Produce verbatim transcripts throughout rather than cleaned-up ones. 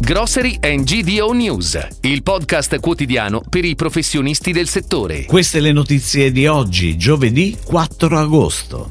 Grocery and G D O News, il podcast quotidiano per i professionisti del settore. Queste le notizie di oggi, giovedì quattro agosto.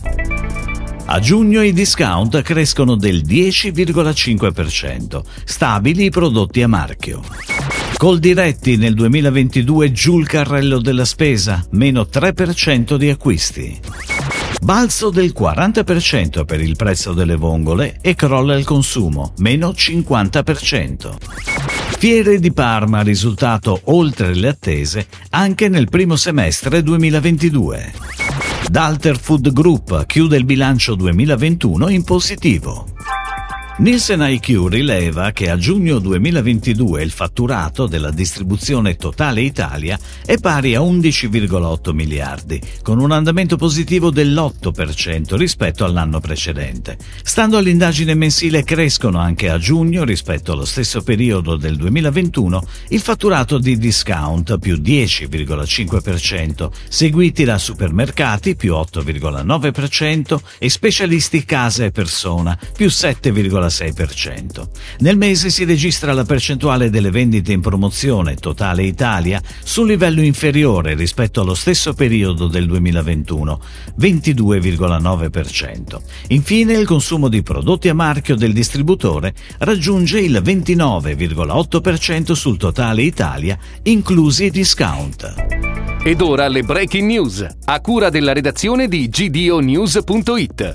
A giugno i discount crescono del dieci virgola cinque per cento, stabili i prodotti a marchio. Coldiretti nel duemilaventidue giù il carrello della spesa, meno tre per cento di acquisti. Balzo del quaranta per cento per il prezzo delle vongole e crolla il consumo, meno cinquanta per cento. Fiere di Parma, risultato oltre le attese anche nel primo semestre duemilaventidue. Dalter Food Group chiude il bilancio duemilaventuno in positivo. Nielsen I Q rileva che a giugno duemilaventidue il fatturato della distribuzione totale Italia è pari a undici virgola otto miliardi, con un andamento positivo dell'otto per cento rispetto all'anno precedente. Stando all'indagine mensile crescono anche a giugno, rispetto allo stesso periodo del duemilaventuno, il fatturato di discount più dieci virgola cinque per cento, seguiti da supermercati più otto virgola nove per cento e specialisti casa e persona più sette virgola sei per cento. Nel mese si registra la percentuale delle vendite in promozione totale Italia sul livello inferiore rispetto allo stesso periodo del duemilaventuno, ventidue virgola nove per cento. Infine il consumo di prodotti a marchio del distributore raggiunge il ventinove virgola otto per cento sul totale Italia, inclusi i discount. Ed ora le breaking news, a cura della redazione di G D O News punto it.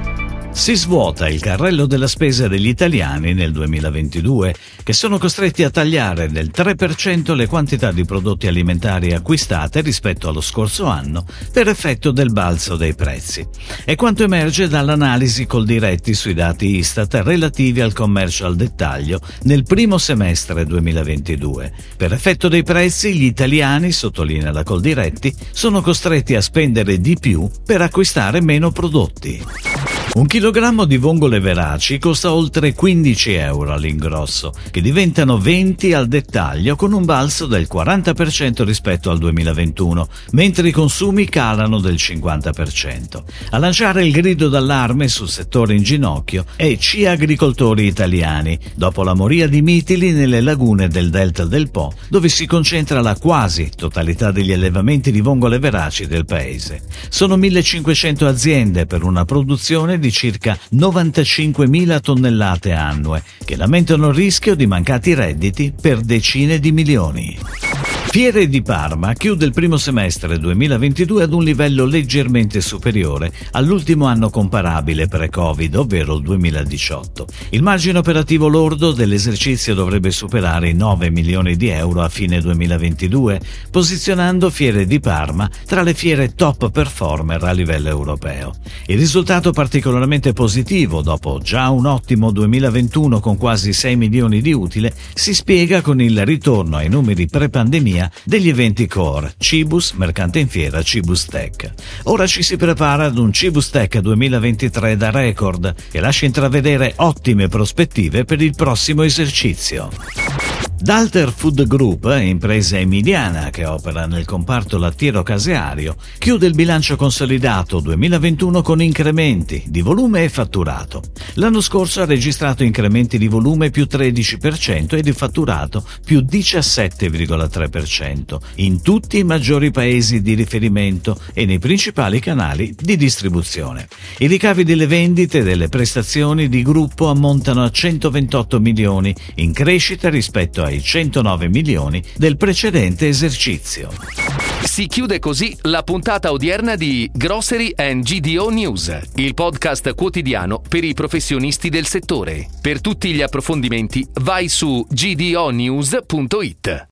Si svuota il carrello della spesa degli italiani nel duemilaventidue, che sono costretti a tagliare del tre per cento le quantità di prodotti alimentari acquistate rispetto allo scorso anno per effetto del balzo dei prezzi. È quanto emerge dall'analisi Coldiretti sui dati Istat relativi al commercio al dettaglio nel primo semestre duemilaventidue. Per effetto dei prezzi, gli italiani, sottolinea la Coldiretti, sono costretti a spendere di più per acquistare meno prodotti. Un chilogrammo di vongole veraci costa oltre quindici euro all'ingrosso, che diventano venti al dettaglio con un balzo del quaranta per cento rispetto al duemilaventuno, mentre i consumi calano del cinquanta per cento. A lanciare il grido d'allarme sul settore in ginocchio è C I A Agricoltori Italiani, dopo la moria di mitili nelle lagune del delta del Po, dove si concentra la quasi totalità degli allevamenti di vongole veraci del paese. Sono millecinquecento aziende per una produzione di circa novantacinquemila tonnellate annue, che lamentano il rischio di mancati redditi per decine di milioni. Fiere di Parma chiude il primo semestre duemilaventidue ad un livello leggermente superiore all'ultimo anno comparabile pre-Covid, ovvero il duemiladiciotto. Il margine operativo lordo dell'esercizio dovrebbe superare i nove milioni di euro a fine duemilaventidue, posizionando Fiere di Parma tra le fiere top performer a livello europeo. Il risultato particolarmente positivo, dopo già un ottimo duemilaventuno con quasi sei milioni di utile, si spiega con il ritorno ai numeri pre-pandemia degli eventi core, Cibus, Mercante in Fiera, Cibus Tech. Ora ci si prepara ad un Cibus Tech duemilaventitré da record, che lascia intravedere ottime prospettive per il prossimo esercizio. Dalter Food Group, impresa emiliana che opera nel comparto lattiero-caseario, chiude il bilancio consolidato duemilaventuno con incrementi di volume e fatturato. L'anno scorso ha registrato incrementi di volume più tredici per cento e di fatturato più diciassette virgola tre per cento in tutti i maggiori paesi di riferimento e nei principali canali di distribuzione. I ricavi delle vendite e delle prestazioni di gruppo ammontano a centoventotto milioni, in crescita rispetto a ai centonove milioni del precedente esercizio. Si chiude così la puntata odierna di Grocery and G D O News, il podcast quotidiano per i professionisti del settore. Per tutti gli approfondimenti vai su G D O News punto it.